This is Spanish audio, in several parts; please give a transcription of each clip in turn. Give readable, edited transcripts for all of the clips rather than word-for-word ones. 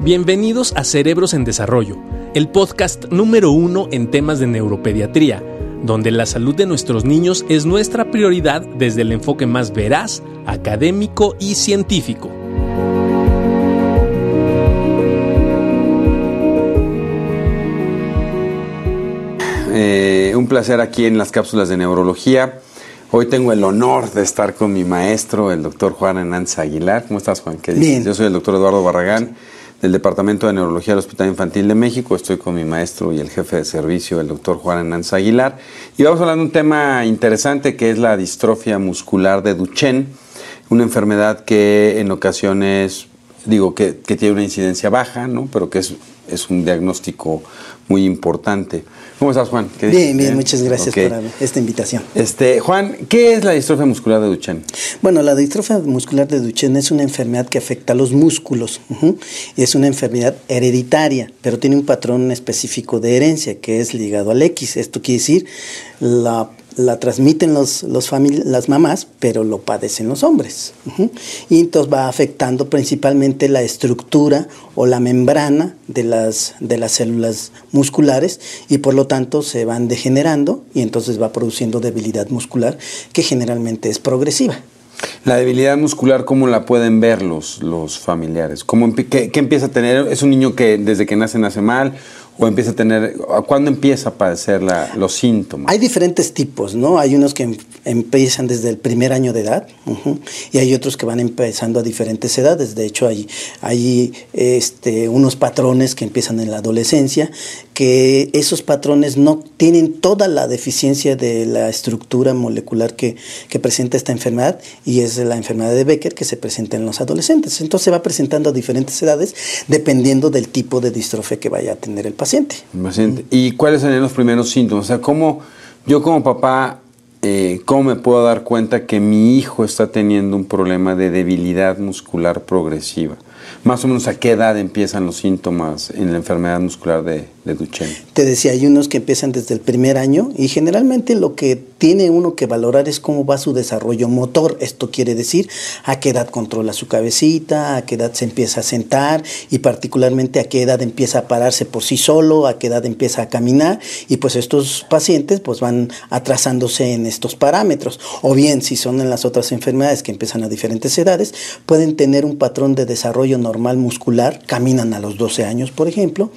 Bienvenidos a Cerebros en Desarrollo, el podcast número 1 en temas de neuropediatría, donde la salud de nuestros niños es nuestra prioridad desde el enfoque más veraz, académico y científico. Un placer aquí en las cápsulas de neurología. Hoy tengo el honor de estar con mi maestro, el doctor Juan Hernández Aguilar. ¿Cómo estás, Juan? ¿Qué dices? Bien. Yo soy el doctor Eduardo Barragán, del Departamento de Neurología del Hospital Infantil de México. Estoy con mi maestro y el jefe de servicio, el doctor Juan Hernández Aguilar. Y vamos a hablar de un tema interesante que es la distrofia muscular de Duchenne, una enfermedad que en ocasiones, que tiene una incidencia baja, ¿no? Pero que es un diagnóstico muy importante. ¿Cómo estás, Juan? Bien, muchas gracias por esta invitación. Juan, ¿qué es la distrofia muscular de Duchenne? Bueno, la distrofia muscular de Duchenne es una enfermedad que afecta a los músculos. Y es una enfermedad hereditaria, pero tiene un patrón específico de herencia que es ligado al X. Esto quiere decir, la transmiten las mamás, pero lo padecen los hombres. Y entonces va afectando principalmente la estructura o la membrana de las células musculares y por lo tanto se van degenerando y entonces va produciendo debilidad muscular que generalmente es progresiva. La debilidad muscular, ¿cómo la pueden ver los familiares? ¿Qué empieza a tener? ¿Es un niño que desde que nace mal? ¿O empieza a tener, cuándo empieza a padecer los síntomas? Hay diferentes tipos, ¿no? Hay unos que empiezan desde el primer año de edad y hay otros que van empezando a diferentes edades. De hecho, hay unos patrones que empiezan en la adolescencia, que esos patrones no tienen toda la deficiencia de la estructura molecular que presenta esta enfermedad, y es la enfermedad de Becker que se presenta en los adolescentes. Entonces se va presentando a diferentes edades dependiendo del tipo de distrofia que vaya a tener el paciente. ¿Y cuáles serían los primeros síntomas? O sea, yo como papá, ¿cómo me puedo dar cuenta que mi hijo está teniendo un problema de debilidad muscular progresiva? Más o menos, ¿a qué edad empiezan los síntomas en la enfermedad muscular de Duchenne? Te decía, hay unos que empiezan desde el primer año y generalmente lo que tiene uno que valorar es cómo va su desarrollo motor. Esto quiere decir a qué edad controla su cabecita, a qué edad se empieza a sentar y particularmente a qué edad empieza a pararse por sí solo, a qué edad empieza a caminar, y pues estos pacientes pues van atrasándose en estos parámetros. O bien, si son en las otras enfermedades que empiezan a diferentes edades, pueden tener un patrón de desarrollo normal muscular, caminan a los 12 años, por ejemplo,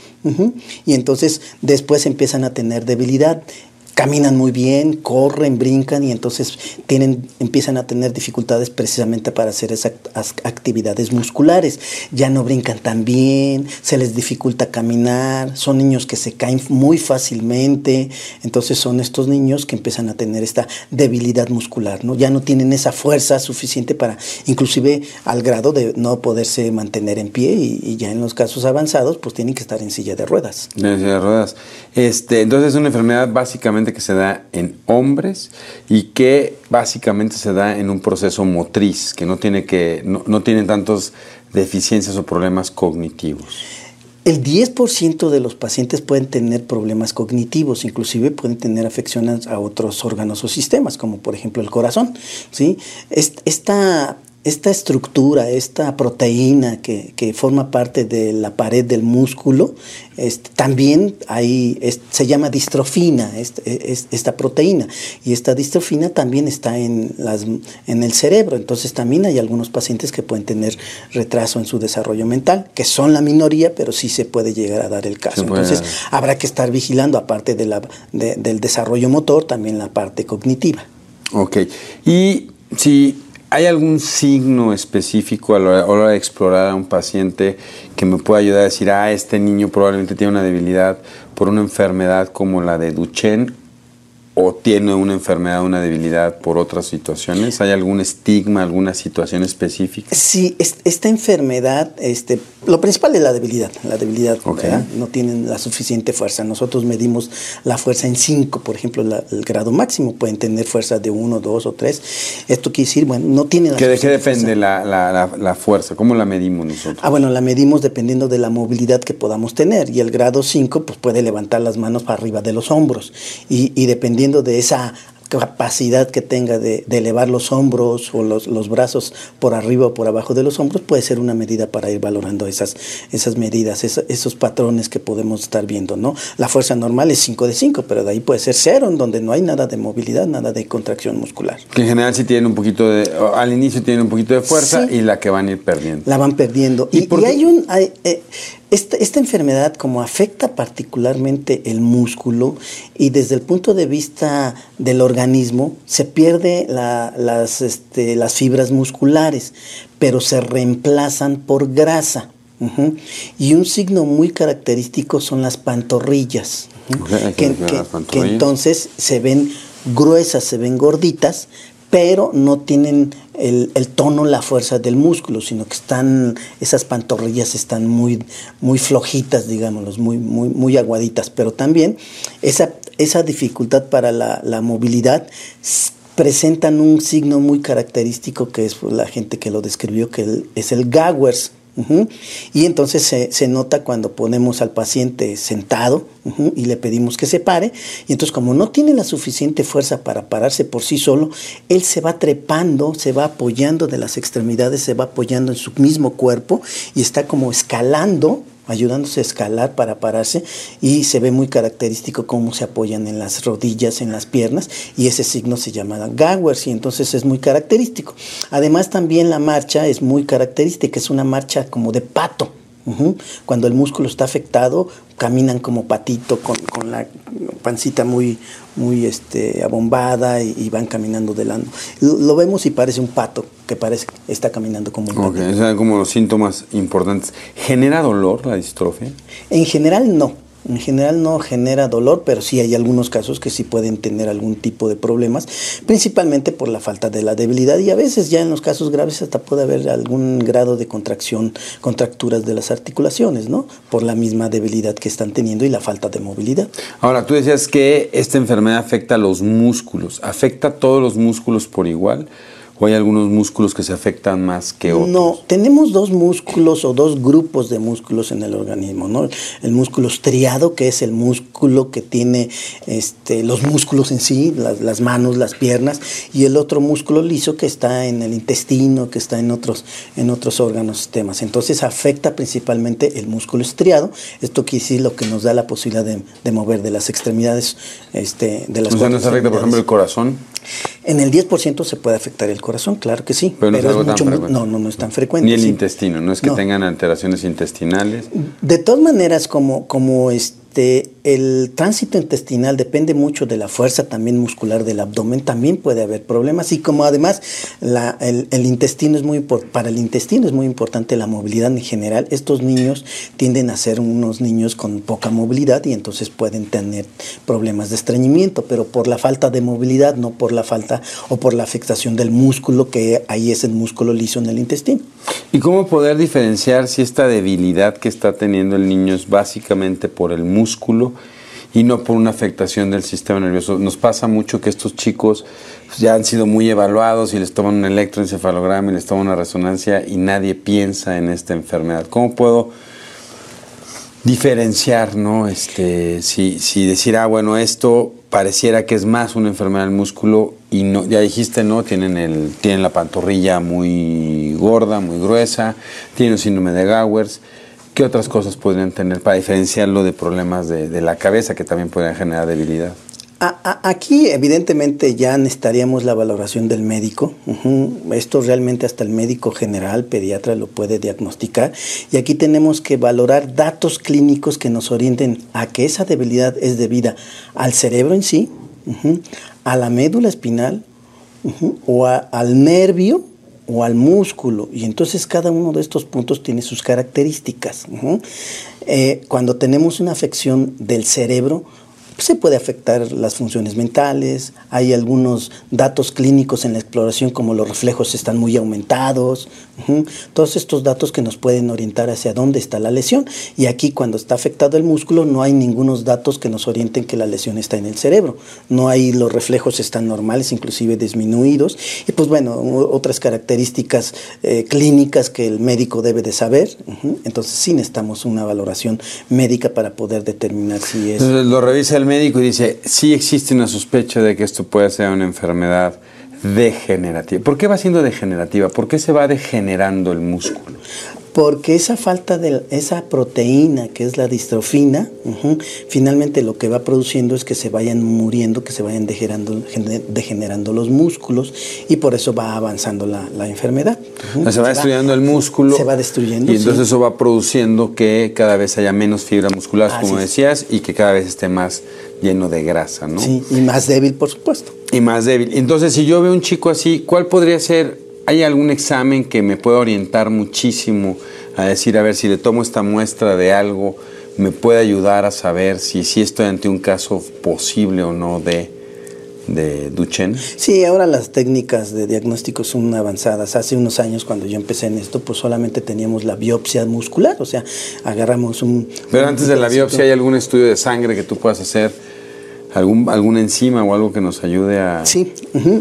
y entonces después empiezan a tener debilidad. Caminan muy bien, corren, brincan y entonces empiezan a tener dificultades precisamente para hacer esas actividades musculares. Ya no brincan tan bien, se les dificulta caminar, son niños que se caen muy fácilmente. Entonces son estos niños que empiezan a tener esta debilidad muscular, ¿no? Ya no tienen esa fuerza suficiente para, inclusive al grado de no poderse mantener en pie, y ya en los casos avanzados pues tienen que estar en silla de ruedas. En silla de ruedas. Entonces es una enfermedad básicamente que se da en hombres y que básicamente se da en un proceso motriz, que no tienen tantas deficiencias o problemas cognitivos. El 10% de los pacientes pueden tener problemas cognitivos, inclusive pueden tener afecciones a otros órganos o sistemas, como por ejemplo el corazón, ¿sí? Esta estructura, esta proteína que forma parte de la pared del músculo, también se llama distrofina, esta proteína. Y esta distrofina también está en el cerebro. Entonces también hay algunos pacientes que pueden tener retraso en su desarrollo mental, que son la minoría, pero sí se puede llegar a dar el caso. Entonces habrá que estar vigilando, aparte del desarrollo motor, también la parte cognitiva. Ok. Y si ¿hay algún signo específico a la hora de explorar a un paciente que me pueda ayudar a decir, este niño probablemente tiene una debilidad por una enfermedad como la de Duchenne, o tiene una enfermedad, una debilidad por otras situaciones? ¿Hay algún estigma, alguna situación específica? Sí, esta enfermedad, lo principal es la debilidad, okay. ¿verdad? No tienen la suficiente fuerza. Nosotros medimos la fuerza en 5, por ejemplo, el grado máximo. Pueden tener fuerza de 1, 2 o 3. Esto quiere decir, no tiene la ¿De suficiente qué depende la fuerza? ¿Cómo la medimos nosotros? La medimos dependiendo de la movilidad que podamos tener, y el grado 5 pues puede levantar las manos para arriba de los hombros, y dependiendo de esa capacidad que tenga de elevar los hombros o los brazos por arriba o por abajo de los hombros, puede ser una medida para ir valorando esas medidas, esos patrones que podemos estar viendo, ¿no? La fuerza normal es 5 de 5, pero de ahí puede ser 0, en donde no hay nada de movilidad, nada de contracción muscular. Que en general sí tienen un poquito al inicio tienen un poquito de fuerza, sí, y la que van a ir perdiendo. La van perdiendo. Y hay esta enfermedad, como afecta particularmente el músculo y desde el punto de vista del organismo, se pierde las fibras musculares, pero se reemplazan por grasa. Y un signo muy característico son las pantorrillas, que entonces se ven gruesas, se ven gorditas, pero no tienen el tono, la fuerza del músculo, sino que esas pantorrillas están muy, muy flojitas, digámoslo, muy aguaditas, pero también esa dificultad para la movilidad presentan un signo muy característico que es la gente que lo describió, que es el Gowers. Y entonces se nota cuando ponemos al paciente sentado y le pedimos que se pare, y entonces como no tiene la suficiente fuerza para pararse por sí solo, él se va trepando, se va apoyando de las extremidades, se va apoyando en su mismo cuerpo y está como escalando, ayudándose a escalar para pararse, y se ve muy característico cómo se apoyan en las rodillas, en las piernas, y ese signo se llama Gowers, y entonces es muy característico. Además también la marcha es muy característica, es una marcha como de pato. Cuando el músculo está afectado, caminan como patito, con la pancita muy abombada, y van caminando de lado. Lo vemos y parece un pato, que parece que está caminando como un pato. Okay, o sea, como los síntomas importantes. ¿Genera dolor la distrofia? En general no. En general no genera dolor, pero sí hay algunos casos que sí pueden tener algún tipo de problemas, principalmente por la falta de la debilidad, y a veces ya en los casos graves hasta puede haber algún grado de contracturas de las articulaciones, ¿no? Por la misma debilidad que están teniendo y la falta de movilidad. Ahora, tú decías que esta enfermedad afecta a los músculos. ¿Afecta a todos los músculos por igual? ¿O hay algunos músculos que se afectan más que otros? No, tenemos dos músculos o dos grupos de músculos en el organismo, ¿no? El músculo estriado, que es el músculo que tiene los músculos en sí, las manos, las piernas, y el otro músculo liso que está en el intestino, que está en otros órganos, sistemas. Entonces afecta principalmente el músculo estriado. Esto quiere decir lo que nos da la posibilidad de mover de las extremidades, de las. O sea, ¿no se afecta, por ejemplo, el corazón? En el 10% se puede afectar el corazón, claro que sí. Pero no es algo tan frecuente. No es tan frecuente. Ni el intestino, no es que tengan alteraciones intestinales. De todas maneras, como el tránsito intestinal depende mucho de la fuerza también muscular del abdomen, también puede haber problemas, y como además el intestino para el intestino es muy importante la movilidad en general, estos niños tienden a ser unos niños con poca movilidad y entonces pueden tener problemas de estreñimiento, pero por la falta de movilidad, no por la falta o por la afectación del músculo, que ahí es el músculo liso en el intestino. ¿Y cómo poder diferenciar si esta debilidad que está teniendo el niño es básicamente por el músculo y no por una afectación del sistema nervioso? Nos pasa mucho que estos chicos ya han sido muy evaluados y les toman un electroencefalograma y les toman una resonancia y nadie piensa en esta enfermedad. ¿Cómo puedo diferenciar, ¿no? Si decir, bueno, esto pareciera que es más una enfermedad del músculo y no, ya dijiste, ¿no? Tienen la pantorrilla muy gorda, muy gruesa, tienen un síndrome de Gowers. ¿Qué otras cosas podrían tener para diferenciarlo de problemas de la cabeza que también podrían generar debilidad? Aquí evidentemente ya necesitaríamos la valoración del médico. Esto realmente hasta el médico general, pediatra, lo puede diagnosticar, y aquí tenemos que valorar datos clínicos que nos orienten a que esa debilidad es debida al cerebro en sí, a la médula espinal, o al nervio o al músculo, y entonces cada uno de estos puntos tiene sus características. Cuando tenemos una afección del cerebro, se puede afectar las funciones mentales, hay algunos datos clínicos en la exploración como los reflejos están muy aumentados, todos estos datos que nos pueden orientar hacia dónde está la lesión, y aquí cuando está afectado el músculo no hay ningunos datos que nos orienten que la lesión está en el cerebro, los reflejos están normales, inclusive disminuidos, y pues bueno, otras características clínicas que el médico debe de saber, entonces sí necesitamos una valoración médica para poder determinar si es. Entonces, lo revisa el médico y dice, sí existe una sospecha de que esto puede ser una enfermedad degenerativa. ¿Por qué va siendo degenerativa? ¿Por qué se va degenerando el músculo? Porque esa falta de esa proteína que es la distrofina, finalmente lo que va produciendo es que se vayan muriendo, que se vayan degenerando los músculos, y por eso va avanzando la enfermedad. Se va destruyendo el músculo. Se va destruyendo. Y entonces eso va produciendo que cada vez haya menos fibra muscular, como decías, y que cada vez esté más lleno de grasa, ¿no? Sí, y más débil, por supuesto. Y más débil. Entonces, si yo veo un chico así, ¿cuál podría ser? ¿Hay algún examen que me pueda orientar muchísimo a decir, a ver, si le tomo esta muestra de algo, me puede ayudar a saber si estoy ante un caso posible o no de Duchenne? Sí, ahora las técnicas de diagnóstico son avanzadas. Hace unos años, cuando yo empecé en esto, pues solamente teníamos la biopsia muscular, o sea, agarramos un... Pero antes de la biopsia, ¿hay algún estudio de sangre que tú puedas hacer? ¿Alguna enzima o algo que nos ayude a...? Sí,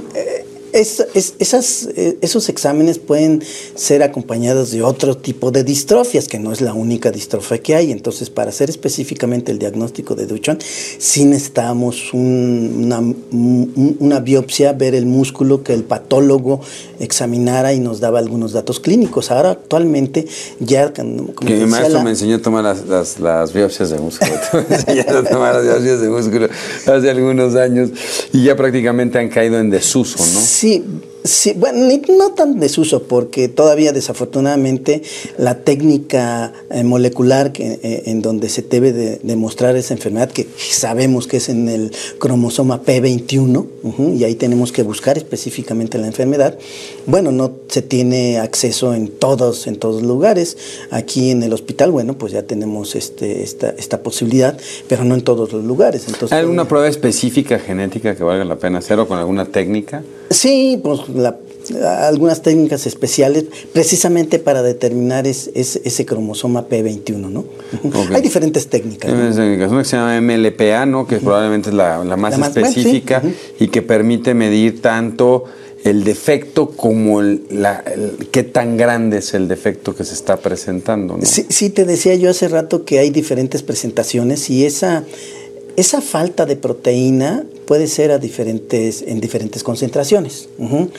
esos exámenes pueden ser acompañados de otro tipo de distrofias, que no es la única distrofia que hay. Entonces, para hacer específicamente el diagnóstico de Duchenne, sí necesitamos una biopsia, ver el músculo, que el patólogo examinara y nos daba algunos datos clínicos. Ahora, actualmente, ya... Como que mi maestro me enseñó a tomar las biopsias de músculo. Me enseñaron a tomar las biopsias de músculo hace algunos años y ya prácticamente han caído en desuso, ¿no? Sí, bueno, no tan desuso, porque todavía desafortunadamente la técnica molecular en donde se debe de demostrar esa enfermedad, que sabemos que es en el cromosoma P21, y ahí tenemos que buscar específicamente la enfermedad. Bueno, no se tiene acceso en todos lugares. Aquí en el hospital, bueno, pues ya tenemos esta posibilidad, pero no en todos los lugares. Entonces, ¿hay alguna prueba específica genética que valga la pena hacer o con alguna técnica? Sí, pues algunas técnicas especiales precisamente para determinar ese cromosoma P21, ¿no? Okay. Hay diferentes técnicas. Hay técnicas, una que se llama MLPA, ¿no? Que probablemente es la más específica, sí. Y que permite medir tanto el defecto como qué tan grande es el defecto que se está presentando, ¿no? Sí, te decía yo hace rato que hay diferentes presentaciones, y esa falta de proteína puede ser en diferentes concentraciones.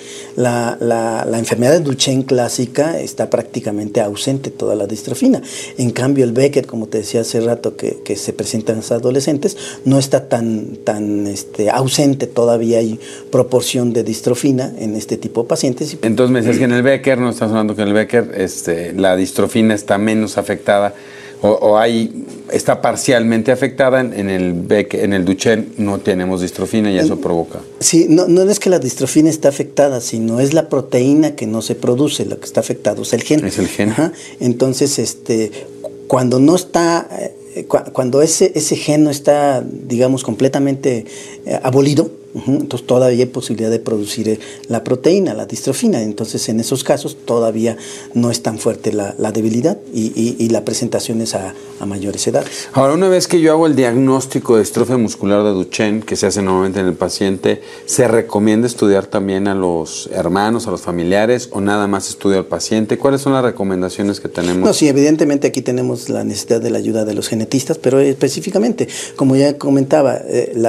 La enfermedad de Duchenne clásica está prácticamente ausente toda la distrofina. En cambio, el Becker, como te decía hace rato, que se presenta en los adolescentes, no está tan ausente. Todavía hay proporción de distrofina en este tipo de pacientes. Entonces me decías que en el Becker, no estás hablando que en el Becker la distrofina está menos afectada, o está parcialmente afectada. En el Duchenne no tenemos distrofina y eso provoca. Sí, no es que la distrofina está afectada, sino es la proteína que no se produce. Lo que está afectado es el gen. Es el gen. Ajá. Entonces, cuando no está, cuando ese gen no está, digamos, completamente abolido, entonces todavía hay posibilidad de producir la proteína, la distrofina. Entonces, en esos casos todavía no es tan fuerte la debilidad y la presentación es a mayores edades. Ahora, una vez que yo hago el diagnóstico de distrofia muscular de Duchenne, que se hace normalmente en el paciente, ¿se recomienda estudiar también a los hermanos, a los familiares, o nada más estudia al paciente? ¿Cuáles son las recomendaciones que tenemos? No, sí, evidentemente aquí tenemos la necesidad de la ayuda de los genetistas, pero específicamente, como ya comentaba,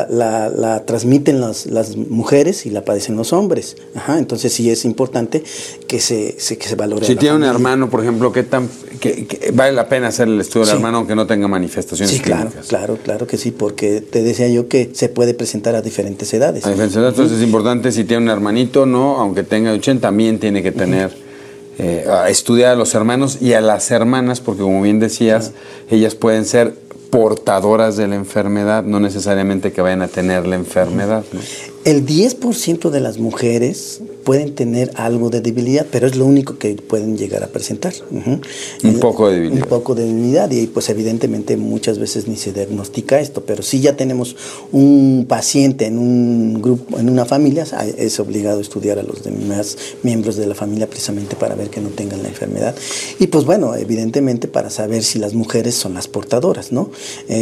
la transmiten las mujeres y la padecen los hombres. Entonces sí es importante que se valore. Si tiene un hermano, por ejemplo, ¿qué vale la pena hacer el estudio del hermano aunque no tenga manifestaciones clínicas? Claro que sí, porque te decía yo que se puede presentar a diferentes edades. A diferentes edades, entonces es importante, si tiene un hermanito, no, aunque tenga Duchenne, también tiene que tener estudiar a los hermanos y a las hermanas, porque como bien decías, ellas pueden ser portadoras de la enfermedad, no necesariamente que vayan a tener la enfermedad, ¿no? El 10% de las mujeres pueden tener algo de debilidad, pero es lo único que pueden llegar a presentar. Un poco de debilidad. Un poco de debilidad, y pues evidentemente muchas veces ni se diagnostica esto, pero si ya tenemos un paciente en un grupo, en una familia, es obligado estudiar a los demás miembros de la familia precisamente para ver que no tengan la enfermedad. Y pues bueno, evidentemente para saber si las mujeres son las portadoras, ¿no?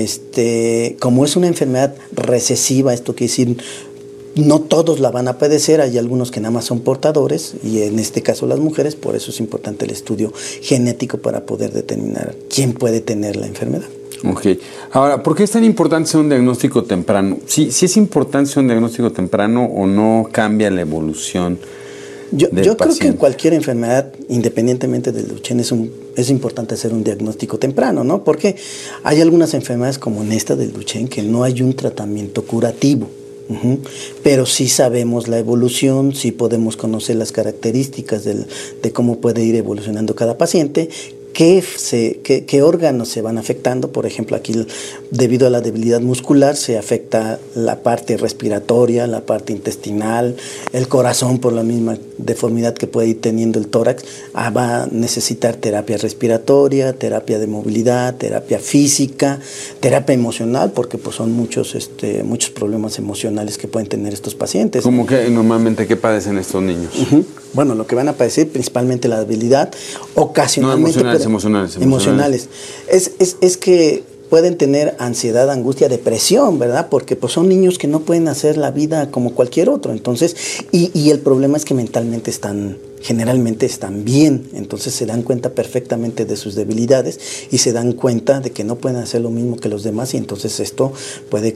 Como es una enfermedad recesiva, esto quiere decir, no todos la van a padecer, hay algunos que nada más son portadores, y en este caso las mujeres. Por eso es importante el estudio genético para poder determinar quién puede tener la enfermedad. Ok. Ahora, ¿por qué es tan importante hacer un diagnóstico temprano? ¿Sí es importante hacer un diagnóstico temprano o no cambia la evolución Yo del creo que en paciente? cualquier enfermedad, independientemente del Duchenne, es importante hacer un diagnóstico temprano, ¿no? Porque hay algunas enfermedades como en esta del Duchenne que no hay un tratamiento curativo. Pero sí sabemos la evolución, sí podemos conocer las características de cómo puede ir evolucionando cada paciente, qué órganos se van afectando. Por ejemplo, aquí debido a la debilidad muscular se afecta la parte respiratoria, la parte intestinal, el corazón por la misma deformidad que puede ir teniendo el tórax. Va a necesitar terapia respiratoria, terapia de movilidad, terapia física, terapia emocional, porque pues son muchos problemas emocionales que pueden tener estos pacientes. ¿Cómo que normalmente qué padecen estos niños? Bueno, lo que van a padecer principalmente la debilidad, ocasionalmente... No, emocionales. Es que pueden tener ansiedad, angustia, depresión, ¿verdad? Porque pues son niños que no pueden hacer la vida como cualquier otro. Entonces, y el problema es que mentalmente generalmente están bien, entonces se dan cuenta perfectamente de sus debilidades y se dan cuenta de que no pueden hacer lo mismo que los demás, y entonces esto puede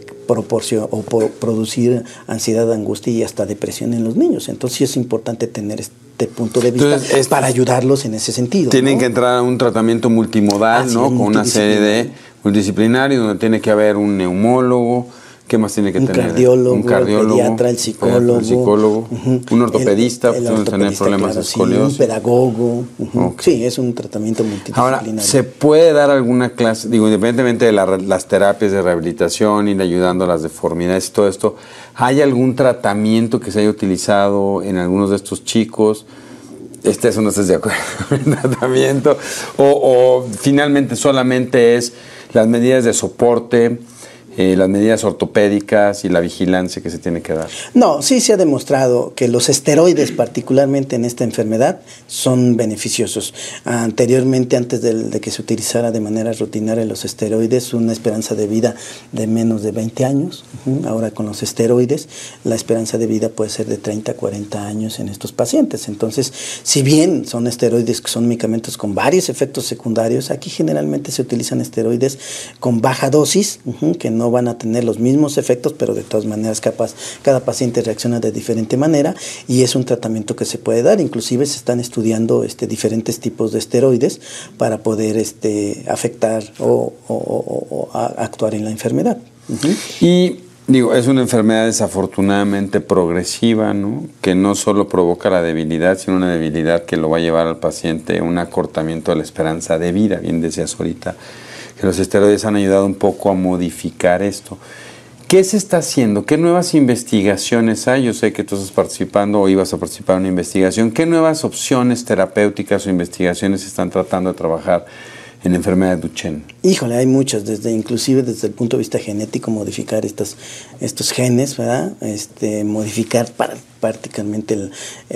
producir ansiedad, angustia y hasta depresión en los niños. Entonces sí es importante tener este punto de vista para ayudarlos en ese sentido. Tienen, ¿no?, que que entrar a un tratamiento multimodal, ¿no? Con una serie de multidisciplinario, donde tiene que haber un neumólogo. ¿Qué más tiene que tener? Un cardiólogo, el pediatra, el psicólogo, un ortopedista, el tener problemas de escoliosis. Un pedagogo. Okay. Sí, es un tratamiento multidisciplinario. Ahora, ¿se puede dar alguna clase, independientemente de las terapias de rehabilitación, ir ayudando a las deformidades y todo esto, ¿hay algún tratamiento que se haya utilizado en algunos de estos chicos? ¿Eso no estás de acuerdo con el tratamiento? ¿O finalmente solamente es las medidas de soporte, las medidas ortopédicas y la vigilancia que se tiene que dar? No, sí se ha demostrado que los esteroides, particularmente en esta enfermedad, son beneficiosos. Anteriormente, antes de que se utilizara de manera rutinaria los esteroides, una esperanza de vida de menos de 20 años. Ahora con los esteroides, la esperanza de vida puede ser de 30 a 40 años en estos pacientes. Entonces, si bien son esteroides que son medicamentos con varios efectos secundarios, aquí generalmente se utilizan esteroides con baja dosis, que no van a tener los mismos efectos, pero de todas maneras cada paciente reacciona de diferente manera, y es un tratamiento que se puede dar. Inclusive se están estudiando diferentes tipos de esteroides para poder afectar o actuar en la enfermedad. Y es una enfermedad desafortunadamente progresiva, ¿no? Que no solo provoca la debilidad, sino una debilidad que lo va a llevar al paciente a un acortamiento de la esperanza de vida. Bien decías ahorita que los esteroides han ayudado un poco a modificar esto. ¿Qué se está haciendo? ¿Qué nuevas investigaciones hay? Yo sé que tú estás participando o ibas a participar en una investigación. ¿Qué nuevas opciones terapéuticas o investigaciones se están tratando de trabajar en la enfermedad de Duchenne? Híjole, hay muchas, inclusive desde el punto de vista genético, modificar estos genes, ¿verdad? Modificar prácticamente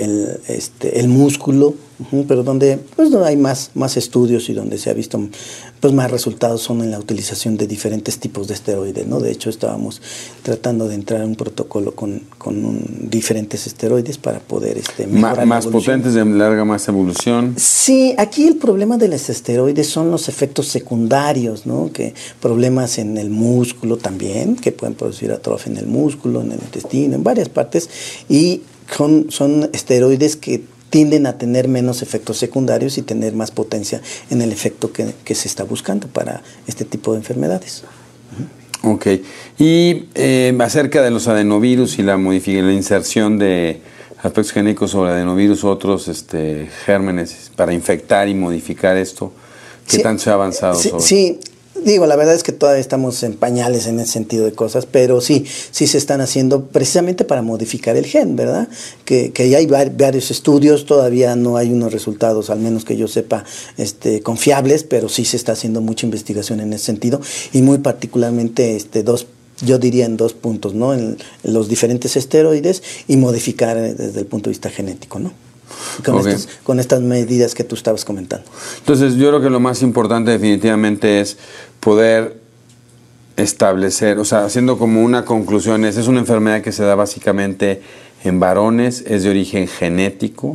el músculo, pero donde hay más estudios y donde se ha visto más resultados son en la utilización de diferentes tipos de esteroides, ¿no? De hecho, estábamos tratando de entrar a un protocolo con diferentes esteroides para poder mejorar más potentes, de larga más evolución. Sí, aquí el problema de los esteroides son los efectos secundarios, ¿no? Que problemas en el músculo también, que pueden producir atrofia en el músculo, en el intestino, en varias partes, y son esteroides que tienden a tener menos efectos secundarios y tener más potencia en el efecto que se está buscando para este tipo de enfermedades. Ok. Y acerca de los adenovirus y la inserción de aspectos genéticos sobre adenovirus u otros gérmenes para infectar y modificar esto, ¿qué tanto se ha avanzado sobre? Sí. La verdad es que todavía estamos en pañales en ese sentido de cosas, pero sí se están haciendo precisamente para modificar el gen, ¿verdad? Que hay varios estudios, todavía no hay unos resultados, al menos que yo sepa, confiables, pero sí se está haciendo mucha investigación en ese sentido, y muy particularmente yo diría en 2 puntos, ¿no? En los diferentes esteroides y modificar desde el punto de vista genético, ¿no? Con estas medidas que tú estabas comentando. Entonces, yo creo que lo más importante definitivamente es poder establecer, haciendo como una conclusión, es una enfermedad que se da básicamente en varones, es de origen genético,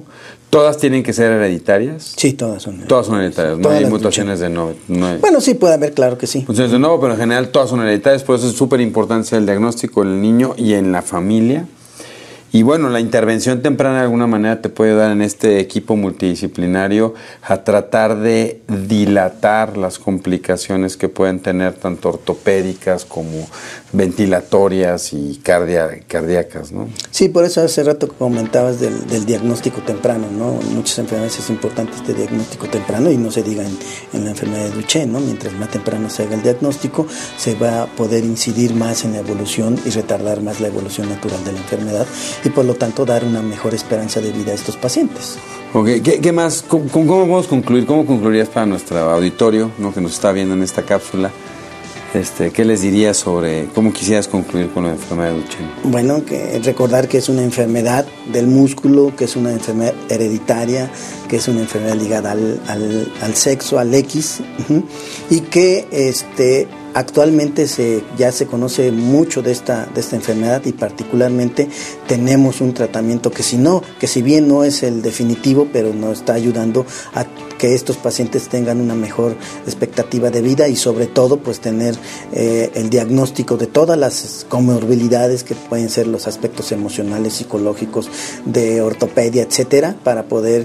¿Todas tienen que ser hereditarias? Sí, todas son hereditarias. Todas son hereditarias, no hay mutaciones de nuevo. Bueno, sí puede haber, claro que sí. Mutaciones de nuevo, pero en general todas son hereditarias, por eso es súper importante el diagnóstico en el niño y en la familia. Y bueno, la intervención temprana de alguna manera te puede ayudar en este equipo multidisciplinario a tratar de dilatar las complicaciones que pueden tener tanto ortopédicas como ventilatorias y cardíacas, ¿no? Sí, por eso hace rato comentabas del diagnóstico temprano, ¿no? En muchas enfermedades es importante este diagnóstico temprano y no se diga en la enfermedad de Duchenne, ¿no? Mientras más temprano se haga el diagnóstico, se va a poder incidir más en la evolución y retardar más la evolución natural de la enfermedad y por lo tanto dar una mejor esperanza de vida a estos pacientes. Okay. ¿Qué más? ¿Cómo vamos a concluir? ¿Cómo concluirías para nuestro auditorio, ¿no? Que nos está viendo en esta cápsula? ¿Qué les dirías sobre cómo quisieras concluir con la enfermedad de Duchenne? Bueno, recordar que es una enfermedad del músculo, que es una enfermedad hereditaria, que es una enfermedad ligada al sexo, al X, y que actualmente ya se conoce mucho de esta enfermedad y particularmente tenemos un tratamiento que si bien no es el definitivo, pero nos está ayudando a que estos pacientes tengan una mejor expectativa de vida y sobre todo pues tener el diagnóstico de todas las comorbilidades que pueden ser los aspectos emocionales, psicológicos, de ortopedia, etcétera, para poder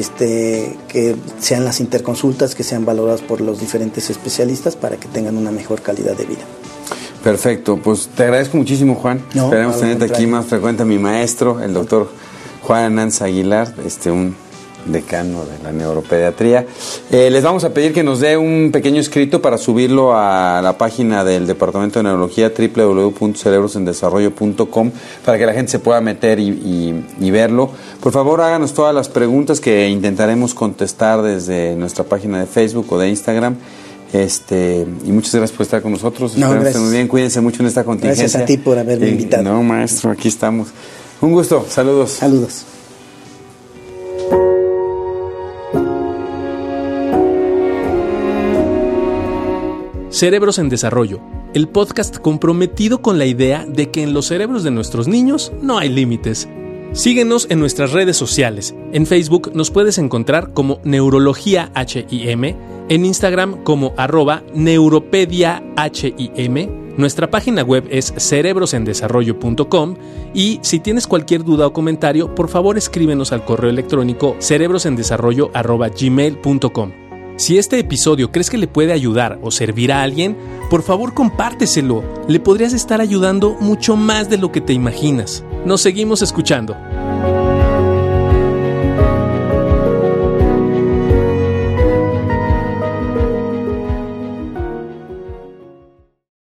que sean las interconsultas que sean valoradas por los diferentes especialistas para que tengan una mejor calidad de vida. Perfecto, pues te agradezco muchísimo, Juan. Esperemos tenerte aquí más frecuente, mi maestro, el doctor Juan Hernández Aguilar, un decano de la neuropediatría. Les vamos a pedir que nos dé un pequeño escrito para subirlo a la página del Departamento de Neurología, www.cerebrosendesarrollo.com, para que la gente se pueda meter y verlo. Por favor, háganos todas las preguntas que intentaremos contestar desde nuestra página de Facebook o de Instagram. Y muchas gracias por estar con nosotros. Esperemos que estén muy bien. Cuídense mucho en esta contingencia. Gracias a ti por haberme invitado. No, maestro, aquí estamos. Un gusto. Saludos. Saludos. Cerebros en Desarrollo, el podcast comprometido con la idea de que en los cerebros de nuestros niños no hay límites. Síguenos en nuestras redes sociales. En Facebook nos puedes encontrar como Neurología HIM, en Instagram como @neuropediahim. Nuestra página web es cerebrosendesarrollo.com y si tienes cualquier duda o comentario, por favor escríbenos al correo electrónico cerebrosendesarrollo@gmail.com. Si este episodio crees que le puede ayudar o servir a alguien, por favor compárteselo. Le podrías estar ayudando mucho más de lo que te imaginas. Nos seguimos escuchando.